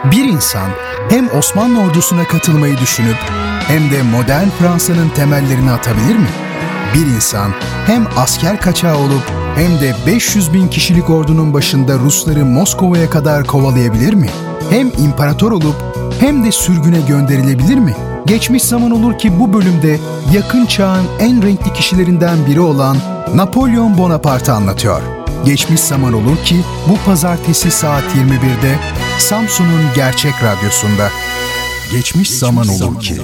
Bir insan hem Osmanlı ordusuna katılmayı düşünüp hem de modern Fransa'nın temellerini atabilir mi? Bir insan hem asker kaçağı olup hem de 500 bin kişilik ordunun başında Rusları Moskova'ya kadar kovalayabilir mi? Hem imparator olup hem de sürgüne gönderilebilir mi? Geçmiş zaman olur ki bu bölümde yakın çağın en renkli kişilerinden biri olan Napolyon Bonaparte'ı anlatıyor. Geçmiş zaman olur ki bu pazartesi saat 21'de Samsun'un Gerçek Radyosu'nda. Geçmiş zaman olur ki.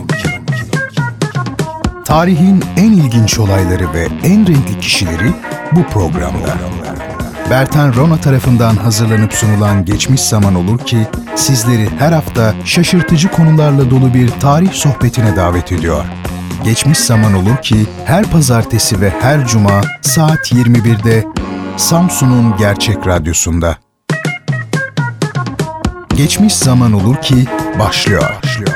Tarihin en ilginç olayları ve en renkli kişileri bu programda. Bertan Rona tarafından hazırlanıp sunulan Geçmiş Zaman Olur ki sizleri her hafta şaşırtıcı konularla dolu bir tarih sohbetine davet ediyor. Geçmiş Zaman Olur ki her pazartesi ve her cuma saat 21'de Samsun'un Gerçek Radyosu'nda. Geçmiş Zaman Olur ki başlıyor.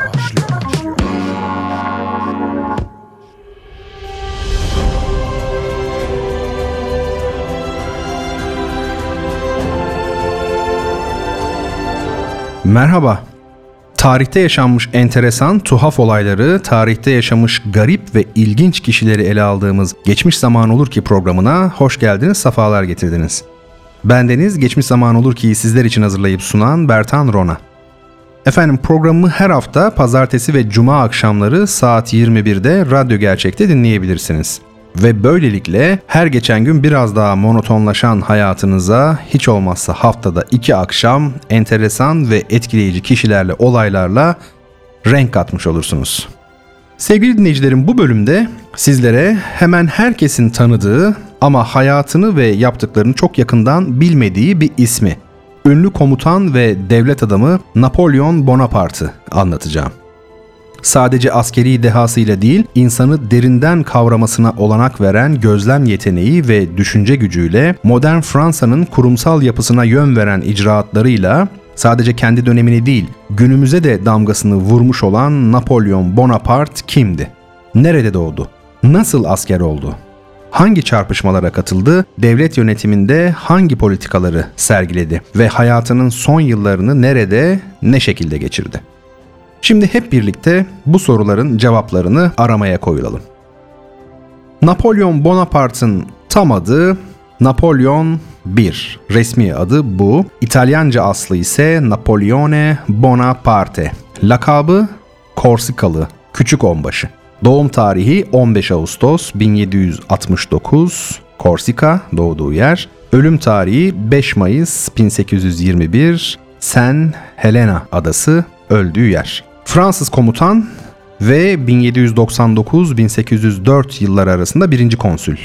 Merhaba. Tarihte yaşanmış enteresan, tuhaf olayları, tarihte yaşamış garip ve ilginç kişileri ele aldığımız Geçmiş Zaman Olur ki programına hoş geldiniz, sefalar getirdiniz. Bendeniz Geçmiş Zaman Olur ki'yi sizler için hazırlayıp sunan Bertan Rona. Efendim, programımı her hafta pazartesi ve cuma akşamları saat 21'de Radyo Gerçek'te dinleyebilirsiniz. Ve böylelikle her geçen gün biraz daha monotonlaşan hayatınıza hiç olmazsa haftada 2 akşam enteresan ve etkileyici kişilerle, olaylarla renk katmış olursunuz. Sevgili dinleyicilerim, bu bölümde sizlere hemen herkesin tanıdığı ama hayatını ve yaptıklarını çok yakından bilmediği bir ismi, ünlü komutan ve devlet adamı Napolyon Bonaparte'ı anlatacağım. Sadece askeri dehasıyla değil, insanı derinden kavramasına olanak veren gözlem yeteneği ve düşünce gücüyle, modern Fransa'nın kurumsal yapısına yön veren icraatlarıyla, sadece kendi dönemini değil, günümüze de damgasını vurmuş olan Napolyon Bonaparte kimdi? Nerede doğdu? Nasıl asker oldu? Hangi çarpışmalara katıldı? Devlet yönetiminde hangi politikaları sergiledi? Ve hayatının son yıllarını nerede, ne şekilde geçirdi? Şimdi hep birlikte bu soruların cevaplarını aramaya koyulalım. Napolyon Bonaparte'ın tam adı Napolyon I. Resmi adı bu. İtalyanca aslı ise Napoleone Bonaparte. Lakabı Korsikalı, Küçük Onbaşı. Doğum tarihi 15 Ağustos 1769, Korsika doğduğu yer. Ölüm tarihi 5 Mayıs 1821, Saint Helena adası, öldüğü yer. Fransız komutan ve 1799-1804 yılları arasında 1. konsül.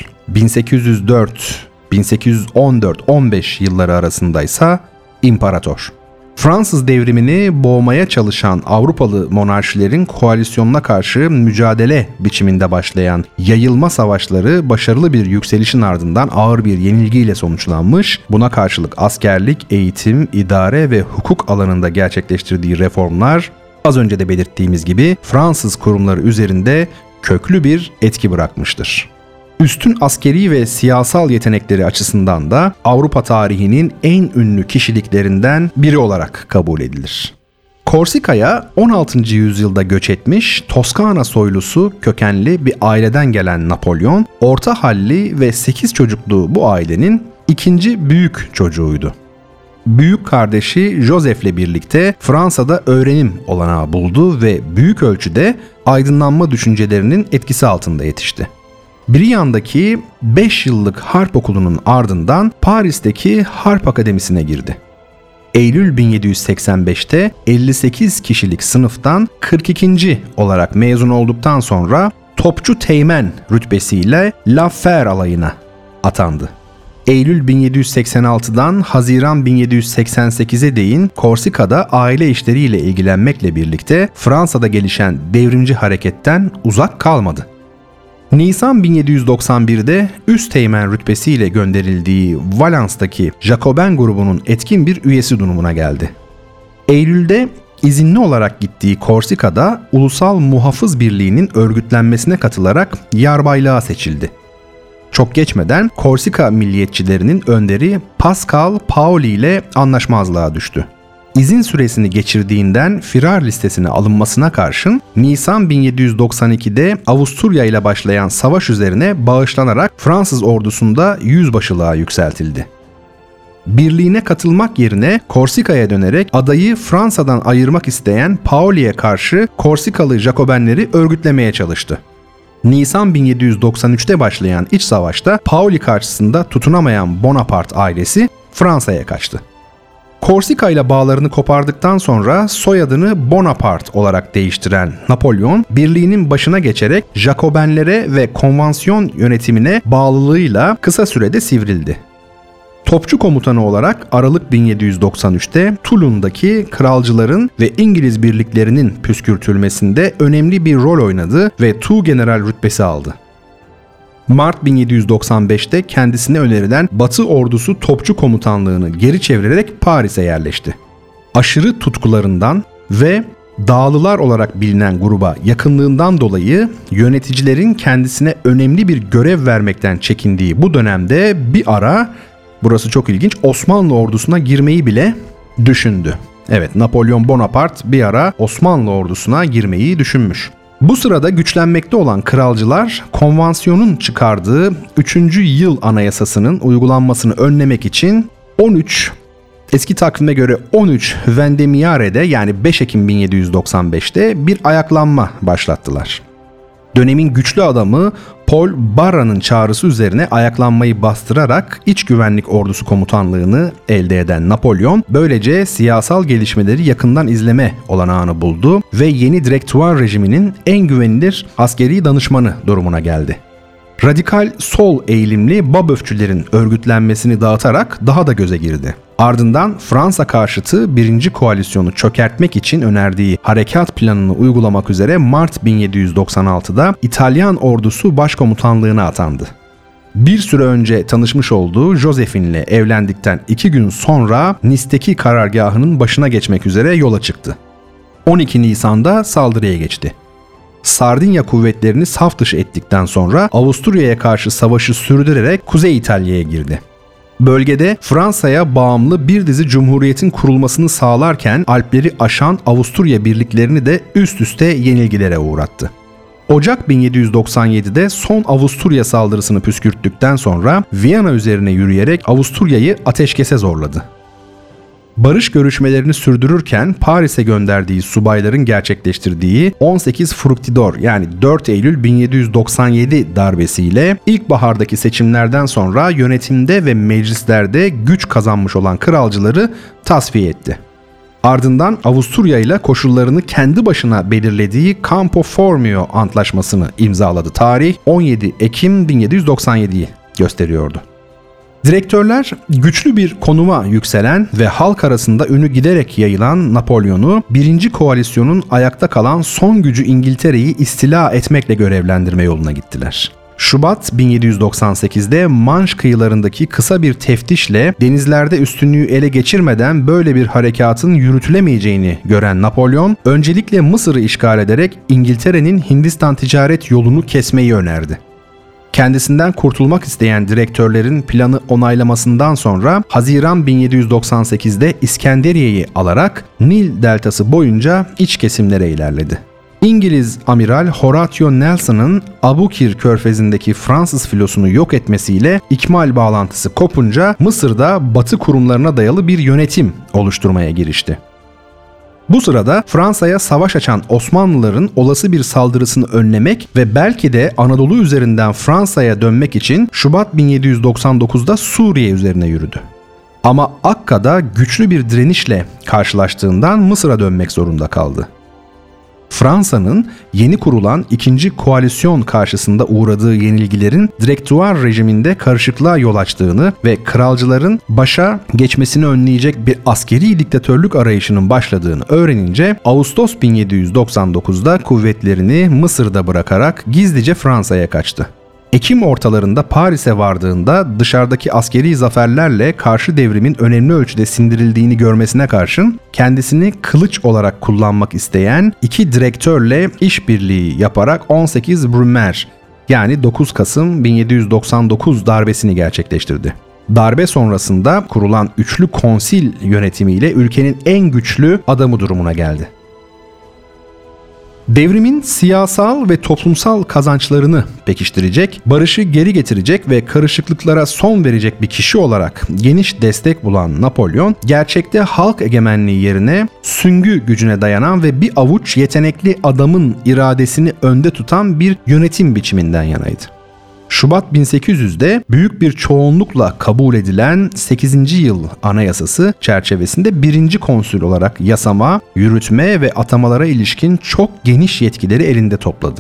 1804-1814-15 yılları arasındaysa imparator. Fransız devrimini boğmaya çalışan Avrupalı monarşilerin koalisyonuna karşı mücadele biçiminde başlayan yayılma savaşları başarılı bir yükselişin ardından ağır bir yenilgiyle sonuçlanmış. Buna karşılık askerlik, eğitim, idare ve hukuk alanında gerçekleştirdiği reformlar, az önce de belirttiğimiz gibi Fransız kurumları üzerinde köklü bir etki bırakmıştır. Üstün askeri ve siyasal yetenekleri açısından da Avrupa tarihinin en ünlü kişiliklerinden biri olarak kabul edilir. Korsika'ya 16. yüzyılda göç etmiş Toskana soylusu kökenli bir aileden gelen Napolyon, orta halli ve 8 çocuklu bu ailenin ikinci büyük çocuğuydu. Büyük kardeşi Joseph'le birlikte Fransa'da öğrenim olanağı buldu ve büyük ölçüde aydınlanma düşüncelerinin etkisi altında yetişti. Brienne'daki 5 yıllık harp okulunun ardından Paris'teki Harp Akademisi'ne girdi. Eylül 1785'te 58 kişilik sınıftan 42. olarak mezun olduktan sonra topçu teğmen rütbesiyle La Fère alayına atandı. Eylül 1786'dan Haziran 1788'e değin Korsika'da aile işleriyle ilgilenmekle birlikte Fransa'da gelişen devrimci hareketten uzak kalmadı. Nisan 1791'de üst teğmen rütbesiyle gönderildiği Valence'daki Jacobin grubunun etkin bir üyesi durumuna geldi. Eylül'de izinli olarak gittiği Korsika'da Ulusal Muhafız Birliği'nin örgütlenmesine katılarak yarbaylığa seçildi. Çok geçmeden Korsika milliyetçilerinin önderi Pascal Paoli ile anlaşmazlığa düştü. izin süresini geçirdiğinden firar listesine alınmasına karşın Nisan 1792'de Avusturya ile başlayan savaş üzerine bağışlanarak Fransız ordusunda yüzbaşılığa yükseltildi. Birliğine katılmak yerine Korsika'ya dönerek adayı Fransa'dan ayırmak isteyen Paoli'ye karşı Korsikalı Jacobenleri örgütlemeye çalıştı. Nisan 1793'te başlayan iç savaşta Paoli karşısında tutunamayan Bonaparte ailesi Fransa'ya kaçtı. Korsika ile bağlarını kopardıktan sonra soyadını Bonaparte olarak değiştiren Napolyon, birliğinin başına geçerek Jacobenlere ve konvansiyon yönetimine bağlılığıyla kısa sürede sivrildi. Topçu komutanı olarak Aralık 1793'te Toulon'daki kralcıların ve İngiliz birliklerinin püskürtülmesinde önemli bir rol oynadı ve Tuğgeneral rütbesi aldı. Mart 1795'te kendisine önerilen Batı ordusu topçu komutanlığını geri çevirerek Paris'e yerleşti. Aşırı tutkularından ve Dağlılar olarak bilinen gruba yakınlığından dolayı yöneticilerin kendisine önemli bir görev vermekten çekindiği bu dönemde bir ara, burası çok ilginç, Osmanlı ordusuna girmeyi bile düşündü. Evet, Napolyon Bonaparte bir ara Osmanlı ordusuna girmeyi düşünmüş. Bu sırada güçlenmekte olan kralcılar, konvansiyonun çıkardığı 3. yıl anayasasının uygulanmasını önlemek için eski takvime göre 13 Vendemiare'de yani 5 Ekim 1795'te bir ayaklanma başlattılar. Dönemin güçlü adamı Paul Barra'nın çağrısı üzerine ayaklanmayı bastırarak iç güvenlik ordusu komutanlığını elde eden Napolyon, böylece siyasal gelişmeleri yakından izleme olanağını buldu ve yeni direktüar rejiminin en güvenilir askeri danışmanı durumuna geldi. Radikal sol eğilimli Babeufçülerin örgütlenmesini dağıtarak daha da göze girdi. Ardından Fransa karşıtı 1. koalisyonu çökertmek için önerdiği harekat planını uygulamak üzere Mart 1796'da İtalyan ordusu başkomutanlığına atandı. Bir süre önce tanışmış olduğu Josephine evlendikten 2 gün sonra Nice'teki karargahının başına geçmek üzere yola çıktı. 12 Nisan'da saldırıya geçti. Sardinya kuvvetlerini saf dışı ettikten sonra Avusturya'ya karşı savaşı sürdürerek Kuzey İtalya'ya girdi. Bölgede Fransa'ya bağımlı bir dizi cumhuriyetin kurulmasını sağlarken Alpleri aşan Avusturya birliklerini de üst üste yenilgilere uğrattı. Ocak 1797'de son Avusturya saldırısını püskürttükten sonra Viyana üzerine yürüyerek Avusturya'yı ateşkese zorladı. Barış görüşmelerini sürdürürken Paris'e gönderdiği subayların gerçekleştirdiği 18 Fructidor yani 4 Eylül 1797 darbesiyle ilkbahardaki seçimlerden sonra yönetimde ve meclislerde güç kazanmış olan kralcıları tasfiye etti. Ardından Avusturya ile koşullarını kendi başına belirlediği Campo Formio Antlaşması'nı imzaladı. Tarih 17 Ekim 1797'yi gösteriyordu. Direktörler güçlü bir konuma yükselen ve halk arasında ünü giderek yayılan Napolyon'u 1. koalisyonun ayakta kalan son gücü İngiltere'yi istila etmekle görevlendirme yoluna gittiler. Şubat 1798'de Manş kıyılarındaki kısa bir teftişle denizlerde üstünlüğü ele geçirmeden böyle bir harekatın yürütülemeyeceğini gören Napolyon, öncelikle Mısır'ı işgal ederek İngiltere'nin Hindistan ticaret yolunu kesmeyi önerdi. Kendisinden kurtulmak isteyen direktörlerin planı onaylamasından sonra Haziran 1798'de İskenderiye'yi alarak Nil deltası boyunca iç kesimlere ilerledi. İngiliz amiral Horatio Nelson'ın Abukir körfezindeki Fransız filosunu yok etmesiyle ikmal bağlantısı kopunca Mısır'da Batı kurumlarına dayalı bir yönetim oluşturmaya girişti. Bu sırada Fransa'ya savaş açan Osmanlıların olası bir saldırısını önlemek ve belki de Anadolu üzerinden Fransa'ya dönmek için Şubat 1799'da Suriye üzerine yürüdü. Ama Akka'da güçlü bir direnişle karşılaştığından Mısır'a dönmek zorunda kaldı. Fransa'nın yeni kurulan 2. koalisyon karşısında uğradığı yenilgilerin direktüar rejiminde karışıklığa yol açtığını ve kralcıların başa geçmesini önleyecek bir askeri diktatörlük arayışının başladığını öğrenince Ağustos 1799'da kuvvetlerini Mısır'da bırakarak gizlice Fransa'ya kaçtı. Ekim ortalarında Paris'e vardığında dışarıdaki askeri zaferlerle karşı devrimin önemli ölçüde sindirildiğini görmesine karşın kendisini kılıç olarak kullanmak isteyen 2 direktörle işbirliği yaparak 18 Brumaire yani 9 Kasım 1799 darbesini gerçekleştirdi. Darbe sonrasında kurulan üçlü konsil yönetimiyle ülkenin en güçlü adamı durumuna geldi. Devrimin siyasal ve toplumsal kazançlarını pekiştirecek, barışı geri getirecek ve karışıklıklara son verecek bir kişi olarak geniş destek bulan Napolyon, gerçekte halk egemenliği yerine süngü gücüne dayanan ve bir avuç yetenekli adamın iradesini önde tutan bir yönetim biçiminden yanaydı. Şubat 1800'de büyük bir çoğunlukla kabul edilen 8. yıl anayasası çerçevesinde 1. konsül olarak yasama, yürütme ve atamalara ilişkin çok geniş yetkileri elinde topladı.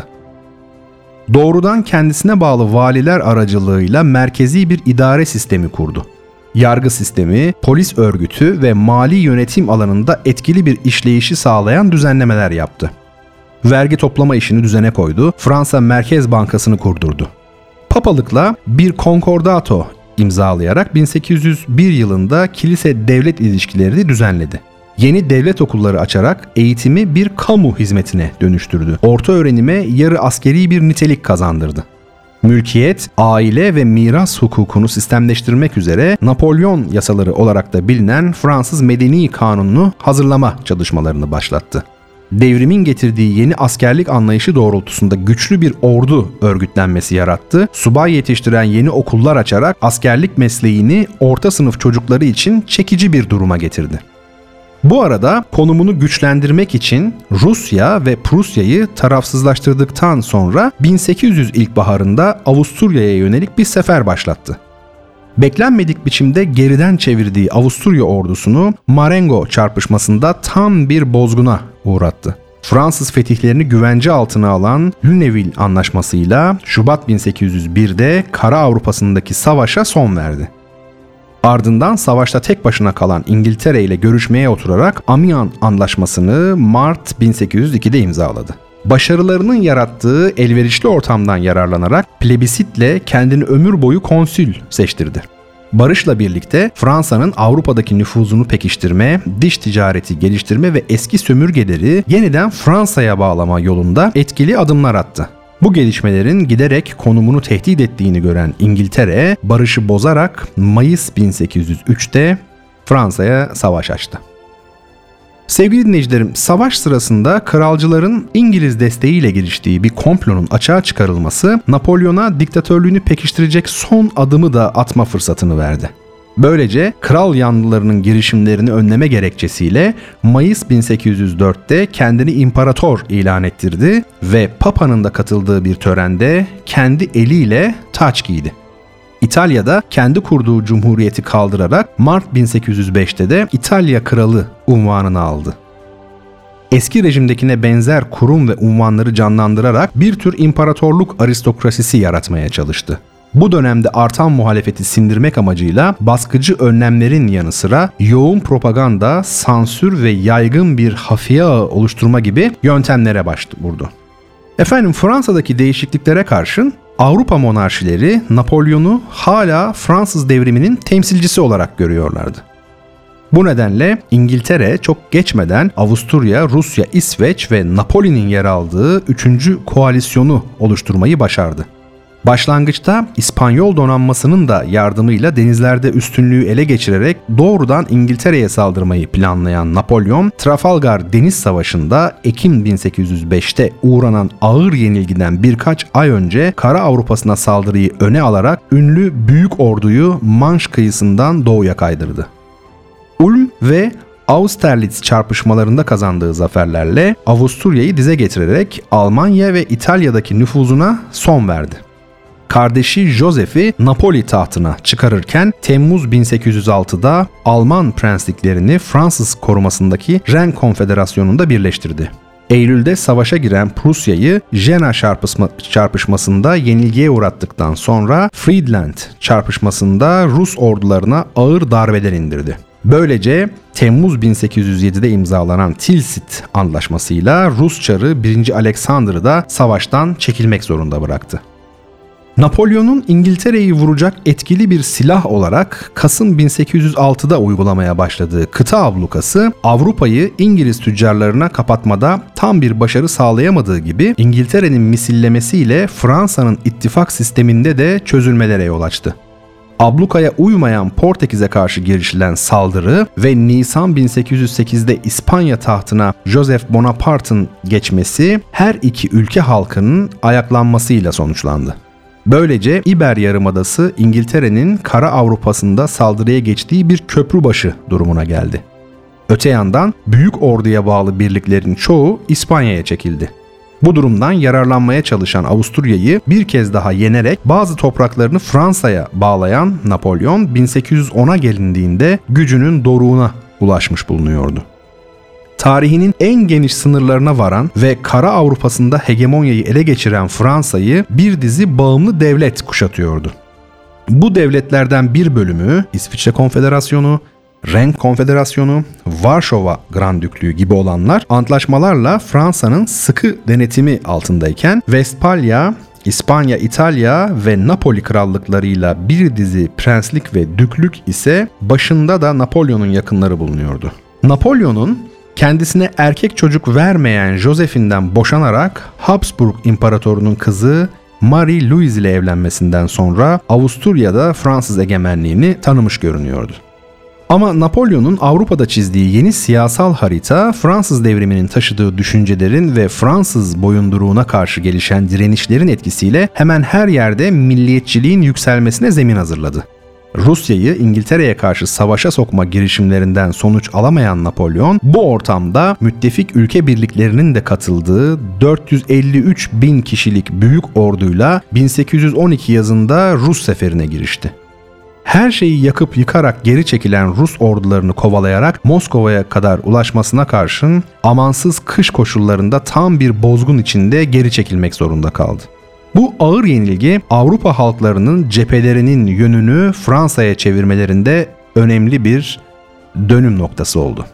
Doğrudan kendisine bağlı valiler aracılığıyla merkezi bir idare sistemi kurdu. Yargı sistemi, polis örgütü ve mali yönetim alanında etkili bir işleyişi sağlayan düzenlemeler yaptı. Vergi toplama işini düzene koydu, Fransa Merkez Bankası'nı kurdurdu. Papalıkla bir konkordato imzalayarak 1801 yılında kilise-devlet ilişkilerini düzenledi. Yeni devlet okulları açarak eğitimi bir kamu hizmetine dönüştürdü. Orta öğrenime yarı askeri bir nitelik kazandırdı. Mülkiyet, aile ve miras hukukunu sistemleştirmek üzere Napolyon yasaları olarak da bilinen Fransız Medeni Kanunu'nu hazırlama çalışmalarını başlattı. Devrimin getirdiği yeni askerlik anlayışı doğrultusunda güçlü bir ordu örgütlenmesi yarattı. Subay yetiştiren yeni okullar açarak askerlik mesleğini orta sınıf çocukları için çekici bir duruma getirdi. Bu arada konumunu güçlendirmek için Rusya ve Prusya'yı tarafsızlaştırdıktan sonra 1800 ilkbaharında Avusturya'ya yönelik bir sefer başlattı. Beklenmedik biçimde geriden çevirdiği Avusturya ordusunu Marengo çarpışmasında tam bir bozguna uğrattı. Fransız fetihlerini güvence altına alan Lunéville Anlaşması'yla Şubat 1801'de Kara Avrupa'sındaki savaşa son verdi. Ardından savaşta tek başına kalan İngiltere ile görüşmeye oturarak Amiens Anlaşması'nı Mart 1802'de imzaladı. Başarılarının yarattığı elverişli ortamdan yararlanarak plebisitle kendini ömür boyu konsül seçtirdi. Barışla birlikte Fransa'nın Avrupa'daki nüfuzunu pekiştirme, dış ticareti geliştirme ve eski sömürgeleri yeniden Fransa'ya bağlama yolunda etkili adımlar attı. Bu gelişmelerin giderek konumunu tehdit ettiğini gören İngiltere, barışı bozarak Mayıs 1803'te Fransa'ya savaş açtı. Sevgili dinleyicilerim, savaş sırasında kralcıların İngiliz desteğiyle giriştiği bir komplonun açığa çıkarılması Napolyon'a diktatörlüğünü pekiştirecek son adımı da atma fırsatını verdi. Böylece kral yanlılarının girişimlerini önleme gerekçesiyle Mayıs 1804'te kendini imparator ilan ettirdi ve Papa'nın da katıldığı bir törende kendi eliyle taç giydi. İtalya'da kendi kurduğu cumhuriyeti kaldırarak Mart 1805'te de İtalya Kralı unvanını aldı. Eski rejimdekine benzer kurum ve unvanları canlandırarak bir tür imparatorluk aristokrasisi yaratmaya çalıştı. Bu dönemde artan muhalefeti sindirmek amacıyla baskıcı önlemlerin yanı sıra yoğun propaganda, sansür ve yaygın bir hafiye ağı oluşturma gibi yöntemlere başvurdu. Fransa'daki değişikliklere karşın Avrupa monarşileri Napolyon'u hala Fransız devriminin temsilcisi olarak görüyorlardı. Bu nedenle İngiltere çok geçmeden Avusturya, Rusya, İsveç ve Napoli'nin yer aldığı 3. koalisyonu oluşturmayı başardı. Başlangıçta İspanyol donanmasının da yardımıyla denizlerde üstünlüğü ele geçirerek doğrudan İngiltere'ye saldırmayı planlayan Napolyon, Trafalgar Deniz Savaşı'nda Ekim 1805'te uğranan ağır yenilgiden birkaç ay önce Kara Avrupa'sına saldırıyı öne alarak ünlü büyük orduyu Manş kıyısından doğuya kaydırdı. Ulm ve Austerlitz çarpışmalarında kazandığı zaferlerle Avusturya'yı dize getirerek Almanya ve İtalya'daki nüfuzuna son verdi. Kardeşi Joseph'i Napoli tahtına çıkarırken Temmuz 1806'da Alman prensliklerini Fransız korumasındaki Ren Konfederasyonu'nda birleştirdi. Eylül'de savaşa giren Prusya'yı Jena çarpışmasında yenilgiye uğrattıktan sonra Friedland çarpışmasında Rus ordularına ağır darbeler indirdi. Böylece Temmuz 1807'de imzalanan Tilsit Antlaşması'yla Rus Çarı 1. Alexander'ı da savaştan çekilmek zorunda bıraktı. Napolyon'un İngiltere'yi vuracak etkili bir silah olarak Kasım 1806'da uygulamaya başladığı kıta ablukası Avrupa'yı İngiliz tüccarlarına kapatmada tam bir başarı sağlayamadığı gibi İngiltere'nin misillemesiyle Fransa'nın ittifak sisteminde de çözülmelere yol açtı. Ablukaya uymayan Portekiz'e karşı girişilen saldırı ve Nisan 1808'de İspanya tahtına Joseph Bonaparte'ın geçmesi her iki ülke halkının ayaklanmasıyla sonuçlandı. Böylece İber Yarımadası İngiltere'nin Kara Avrupa'sında saldırıya geçtiği bir köprübaşı durumuna geldi. Öte yandan büyük orduya bağlı birliklerin çoğu İspanya'ya çekildi. Bu durumdan yararlanmaya çalışan Avusturya'yı bir kez daha yenerek bazı topraklarını Fransa'ya bağlayan Napolyon 1810'a gelindiğinde gücünün doruğuna ulaşmış bulunuyordu. Tarihinin en geniş sınırlarına varan ve Kara Avrupa'sında hegemonyayı ele geçiren Fransa'yı bir dizi bağımlı devlet kuşatıyordu. Bu devletlerden bir bölümü İsviçre Konfederasyonu, Ren Konfederasyonu, Varşova Grandüklüğü gibi olanlar antlaşmalarla Fransa'nın sıkı denetimi altındayken Vestpalya, İspanya, İtalya ve Napoli krallıklarıyla bir dizi prenslik ve düklük ise başında da Napolyon'un yakınları bulunuyordu. Napolyon'un kendisine erkek çocuk vermeyen Josephine'den boşanarak Habsburg İmparatorunun kızı Marie Louise ile evlenmesinden sonra Avusturya'da Fransız egemenliğini tanımış görünüyordu. Ama Napolyon'un Avrupa'da çizdiği yeni siyasal harita, Fransız devriminin taşıdığı düşüncelerin ve Fransız boyunduruğuna karşı gelişen direnişlerin etkisiyle hemen her yerde milliyetçiliğin yükselmesine zemin hazırladı. Rusya'yı İngiltere'ye karşı savaşa sokma girişimlerinden sonuç alamayan Napolyon, bu ortamda müttefik ülke birliklerinin de katıldığı 453 bin kişilik büyük orduyla 1812 yazında Rus seferine girişti. Her şeyi yakıp yıkarak geri çekilen Rus ordularını kovalayarak Moskova'ya kadar ulaşmasına karşın amansız kış koşullarında tam bir bozgun içinde geri çekilmek zorunda kaldı. Bu ağır yenilgi Avrupa halklarının cephelerinin yönünü Fransa'ya çevirmelerinde önemli bir dönüm noktası oldu.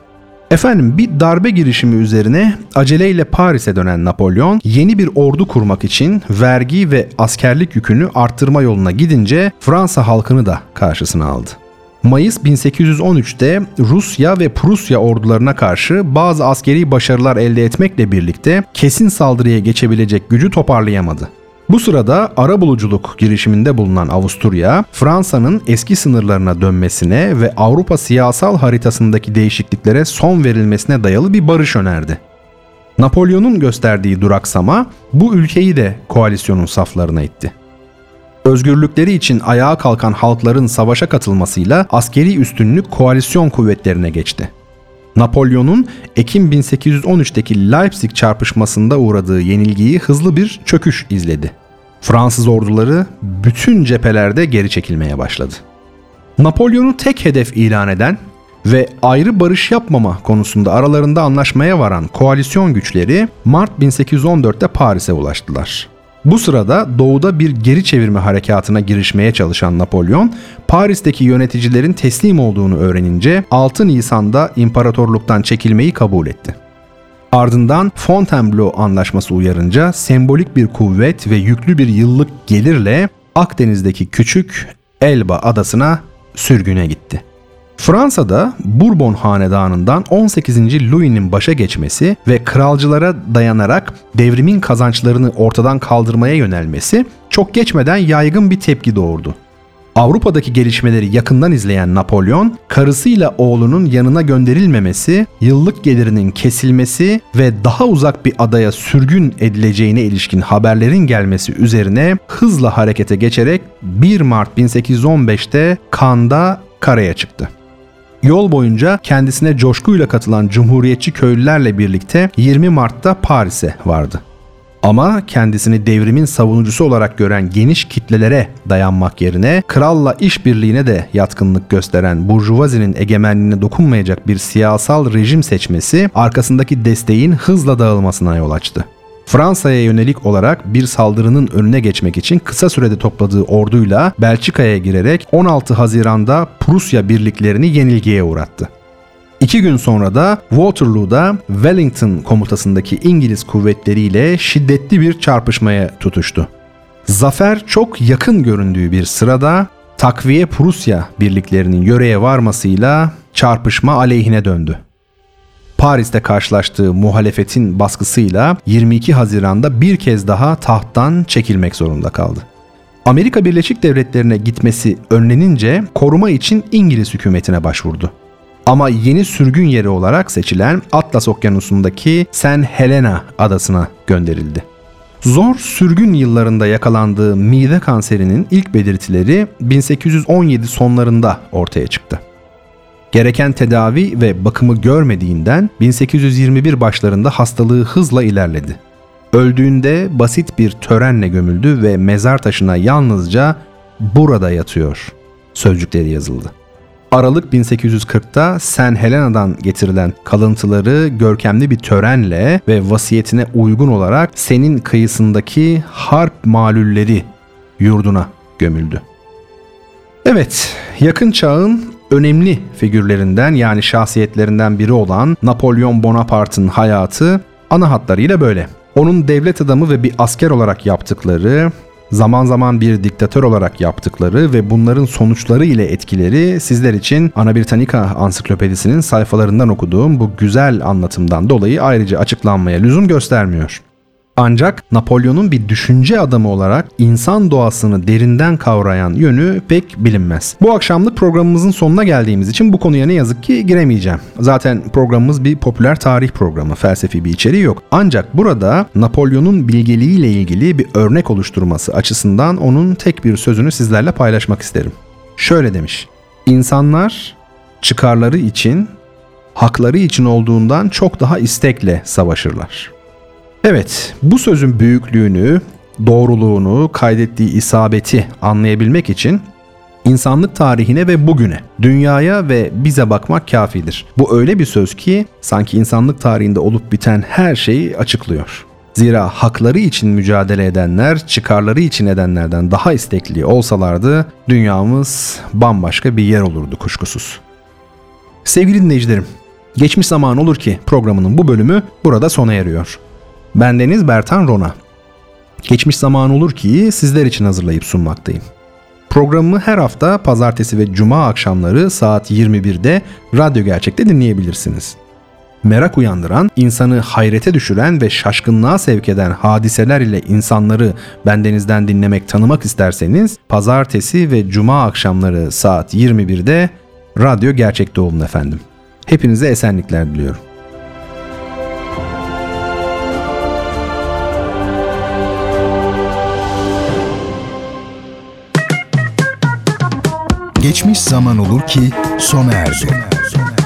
Bir darbe girişimi üzerine aceleyle Paris'e dönen Napolyon, yeni bir ordu kurmak için vergi ve askerlik yükünü arttırma yoluna gidince Fransa halkını da karşısına aldı. Mayıs 1813'te Rusya ve Prusya ordularına karşı bazı askeri başarılar elde etmekle birlikte kesin saldırıya geçebilecek gücü toparlayamadı. Bu sırada arabuluculuk girişiminde bulunan Avusturya, Fransa'nın eski sınırlarına dönmesine ve Avrupa siyasal haritasındaki değişikliklere son verilmesine dayalı bir barış önerdi. Napolyon'un gösterdiği duraksama bu ülkeyi de koalisyonun saflarına itti. Özgürlükleri için ayağa kalkan halkların savaşa katılmasıyla askeri üstünlük koalisyon kuvvetlerine geçti. Napolyon'un Ekim 1813'teki Leipzig çarpışmasında uğradığı yenilgiyi hızlı bir çöküş izledi. Fransız orduları bütün cephelerde geri çekilmeye başladı. Napolyon'u tek hedef ilan eden ve ayrı barış yapmama konusunda aralarında anlaşmaya varan koalisyon güçleri Mart 1814'te Paris'e ulaştılar. Bu sırada doğuda bir geri çevirme harekatına girişmeye çalışan Napolyon, Paris'teki yöneticilerin teslim olduğunu öğrenince 6 Nisan'da imparatorluktan çekilmeyi kabul etti. Ardından Fontainebleau Anlaşması uyarınca sembolik bir kuvvet ve yüklü bir yıllık gelirle Akdeniz'deki küçük Elba adasına sürgüne gitti. Fransa'da Bourbon hanedanından 18. Louis'nin başa geçmesi ve kralcılara dayanarak devrimin kazançlarını ortadan kaldırmaya yönelmesi çok geçmeden yaygın bir tepki doğurdu. Avrupa'daki gelişmeleri yakından izleyen Napolyon, karısıyla oğlunun yanına gönderilmemesi, yıllık gelirinin kesilmesi ve daha uzak bir adaya sürgün edileceğine ilişkin haberlerin gelmesi üzerine hızla harekete geçerek 1 Mart 1815'te Cannes'da karaya çıktı. Yol boyunca kendisine coşkuyla katılan cumhuriyetçi köylülerle birlikte 20 Mart'ta Paris'e vardı. Ama kendisini devrimin savunucusu olarak gören geniş kitlelere dayanmak yerine kralla işbirliğine de yatkınlık gösteren burjuvazinin egemenliğine dokunmayacak bir siyasal rejim seçmesi arkasındaki desteğin hızla dağılmasına yol açtı. Fransa'ya yönelik olarak bir saldırının önüne geçmek için kısa sürede topladığı orduyla Belçika'ya girerek 16 Haziran'da Prusya birliklerini yenilgiye uğrattı. 2 gün sonra da Waterloo'da Wellington komutasındaki İngiliz kuvvetleriyle şiddetli bir çarpışmaya tutuştu. Zafer çok yakın göründüğü bir sırada takviye Prusya birliklerinin yöreye varmasıyla çarpışma aleyhine döndü. Paris'te karşılaştığı muhalefetin baskısıyla 22 Haziran'da bir kez daha tahttan çekilmek zorunda kaldı. Amerika Birleşik Devletleri'ne gitmesi önlenince koruma için İngiliz hükümetine başvurdu. Ama yeni sürgün yeri olarak seçilen Atlas Okyanusu'ndaki St. Helena adasına gönderildi. Zor sürgün yıllarında yakalandığı mide kanserinin ilk belirtileri 1817 sonlarında ortaya çıktı. Gereken tedavi ve bakımı görmediğinden 1821 başlarında hastalığı hızla ilerledi. Öldüğünde basit bir törenle gömüldü ve mezar taşına yalnızca "burada yatıyor" sözcükleri yazıldı. Aralık 1840'ta St. Helena'dan getirilen kalıntıları görkemli bir törenle ve vasiyetine uygun olarak Sen'in kıyısındaki harp malulleri yurduna gömüldü. Evet, yakın çağın önemli figürlerinden yani şahsiyetlerinden biri olan Napolyon Bonaparte'ın hayatı ana hatlarıyla böyle. Onun devlet adamı ve bir asker olarak yaptıkları, zaman zaman bir diktatör olarak yaptıkları ve bunların sonuçları ile etkileri sizler için Ana Britannica Ansiklopedisi'nin sayfalarından okuduğum bu güzel anlatımdan dolayı ayrıca açıklanmaya lüzum göstermiyor. Ancak Napolyon'un bir düşünce adamı olarak insan doğasını derinden kavrayan yönü pek bilinmez. Bu akşamlık programımızın sonuna geldiğimiz için bu konuya ne yazık ki giremeyeceğim. Zaten programımız bir popüler tarih programı, felsefi bir içeriği yok. Ancak burada Napolyon'un bilgeliğiyle ilgili bir örnek oluşturması açısından onun tek bir sözünü sizlerle paylaşmak isterim. Şöyle demiş: "İnsanlar çıkarları için, hakları için olduğundan çok daha istekle savaşırlar." Evet, bu sözün büyüklüğünü, doğruluğunu, kaydettiği isabeti anlayabilmek için insanlık tarihine ve bugüne, dünyaya ve bize bakmak kafidir. Bu öyle bir söz ki sanki insanlık tarihinde olup biten her şeyi açıklıyor. Zira hakları için mücadele edenler, çıkarları için edenlerden daha istekli olsalardı dünyamız bambaşka bir yer olurdu kuşkusuz. Sevgili dinleyicilerim, Geçmiş Zaman Olur Ki programının bu bölümü burada sona eriyor. Bendeniz Bertan Rona. Geçmiş Zaman Olur Ki'yi sizler için hazırlayıp sunmaktayım. Programımı her hafta pazartesi ve cuma akşamları saat 21'de Radyo Gerçek'te dinleyebilirsiniz. Merak uyandıran, insanı hayrete düşüren ve şaşkınlığa sevk eden hadiseler ile insanları bendenizden dinlemek, tanımak isterseniz pazartesi ve cuma akşamları saat 21'de Radyo Gerçek'te olun efendim. Hepinize esenlikler diliyorum. Geçmiş Zaman Olur Ki sona erdi.